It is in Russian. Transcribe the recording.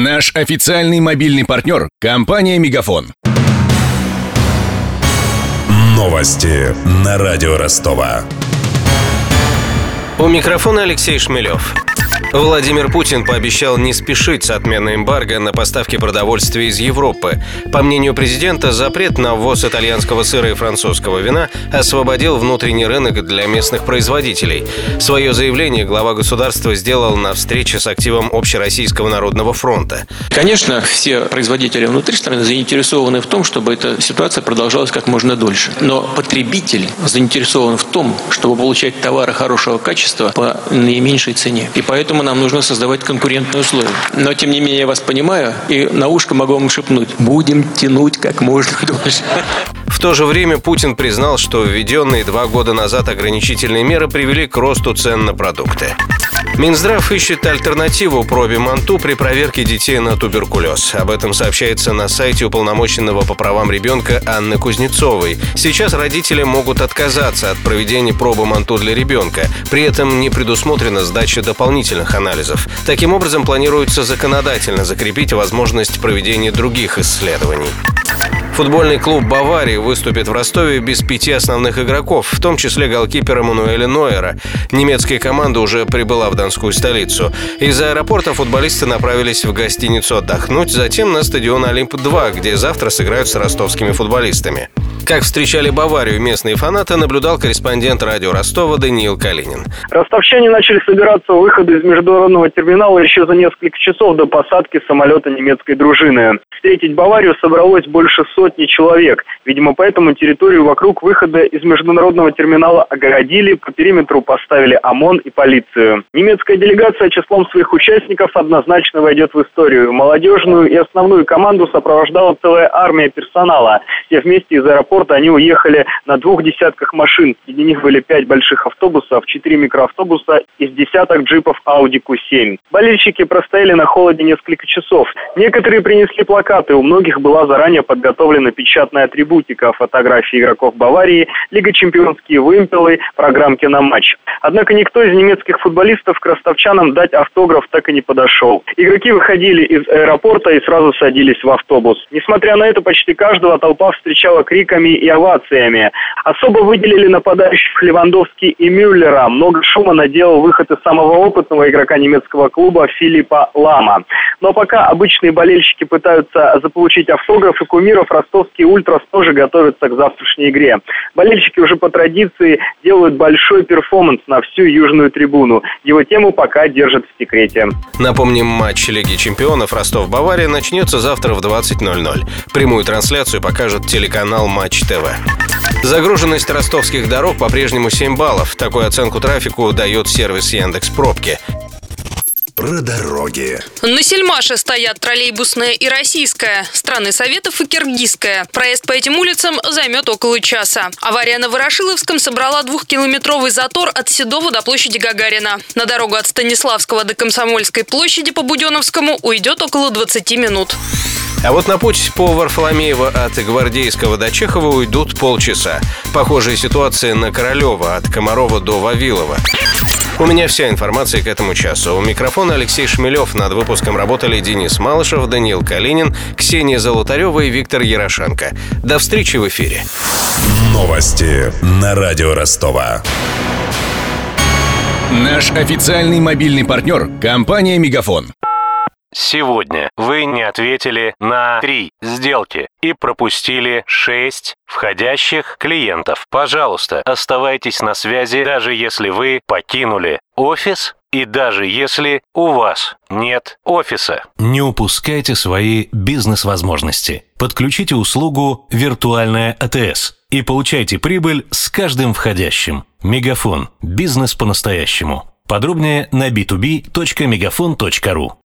Наш официальный мобильный партнер – компания «Мегафон». Новости на радио Ростова. У микрофона Алексей Шмелев. Владимир Путин пообещал не спешить с отменой эмбарго на поставки продовольствия из Европы. По мнению президента, запрет на ввоз итальянского сыра и французского вина освободил внутренний рынок для местных производителей. Свое заявление глава государства сделал на встрече с активом Общероссийского народного фронта. Конечно, все производители внутри страны заинтересованы в том, чтобы эта ситуация продолжалась как можно дольше. Но потребитель заинтересован в том, чтобы получать товары хорошего качества по наименьшей цене. И поэтому нам нужно создавать конкурентные условия. Но, тем не менее, я вас понимаю, и на ушко могу вам шепнуть: будем тянуть как можно дольше. В то же время Путин признал, что введенные 2 года назад ограничительные меры привели к росту цен на продукты. Минздрав ищет альтернативу пробе МАНТУ при проверке детей на туберкулез. Об этом сообщается на сайте уполномоченного по правам ребенка Анны Кузнецовой. Сейчас родители могут отказаться от проведения пробы МАНТУ для ребенка. При этом не предусмотрена сдача дополнительных анализов. Таким образом, планируется законодательно закрепить возможность проведения других исследований. Футбольный клуб «Бавария» выступит в Ростове без 5 основных игроков, в том числе голкипера Мануэля Нойера. Немецкая команда уже прибыла в донскую столицу. Из аэропорта футболисты направились в гостиницу отдохнуть, затем на стадион «Олимп-2», где завтра сыграют с ростовскими футболистами. Как встречали Баварию местные фанаты, наблюдал корреспондент радио Ростова Даниил Калинин. Ростовчане начали собираться у выхода из международного терминала еще за несколько часов до посадки самолета немецкой дружины. Встретить Баварию собралось больше сотни человек. Видимо, поэтому территорию вокруг выхода из международного терминала огородили, по периметру поставили ОМОН и полицию. Немецкая делегация числом своих участников однозначно войдет в историю. Молодежную и основную команду сопровождала целая армия персонала. Все вместе из аэропорта они уехали на 2 десятках машин. Среди них были 5 больших автобусов, 4 микроавтобуса и с десяток джипов Audi Q7. Болельщики простояли на холоде несколько часов. Некоторые принесли плакаты, у многих была заранее подготовлена печатная атрибутика, фотографии игроков Баварии, Лига чемпионские вымпелы, программки на матч. Однако никто из немецких футболистов к ростовчанам дать автограф так и не подошел. Игроки выходили из аэропорта и сразу садились в автобус. Несмотря на это, почти каждого толпа встречала криками и овациями. Особо выделили нападающих Левандовски и Мюллера. Много шума наделал выход из самого опытного игрока немецкого клуба Филиппа Лама. Но пока обычные болельщики пытаются заполучить автографы кумиров, ростовские ультрас тоже готовятся к завтрашней игре. Болельщики уже по традиции делают большой перформанс на всю южную трибуну. Его тему пока держат в секрете. Напомним, матч Лиги чемпионов Ростов-Бавария начнется завтра в 20:00. Прямую трансляцию покажет телеканал Матч ТВ. Загруженность ростовских дорог по-прежнему 7 баллов. Такую оценку трафику дает сервис Яндекс.Пробки. Про дороги. На Сельмаше стоят троллейбусная и российская, страны Советов и киргизская. Проезд по этим улицам займет около часа. Авария на Ворошиловском собрала 2-километровый затор от Седова до площади Гагарина. На дорогу от Станиславского до Комсомольской площади по Буденновскому уйдет около 20 минут. А вот на путь по Варфоломеева от Гвардейского до Чехова уйдут полчаса. Похожая ситуация на Королева от Комарова до Вавилова. У меня вся информация к этому часу. У микрофона Алексей Шмелев. Над выпуском работали Денис Малышев, Даниил Калинин, Ксения Золотарева и Виктор Ярошенко. До встречи в эфире. Новости на радио Ростова. Наш официальный мобильный партнер – компания «Мегафон». Сегодня вы не ответили на 3 сделки и пропустили 6 входящих клиентов. Пожалуйста, оставайтесь на связи, даже если вы покинули офис и даже если у вас нет офиса. Не упускайте свои бизнес-возможности. Подключите услугу «Виртуальная АТС» и получайте прибыль с каждым входящим. Мегафон. Бизнес по-настоящему. Подробнее на b2b.megafon.ru.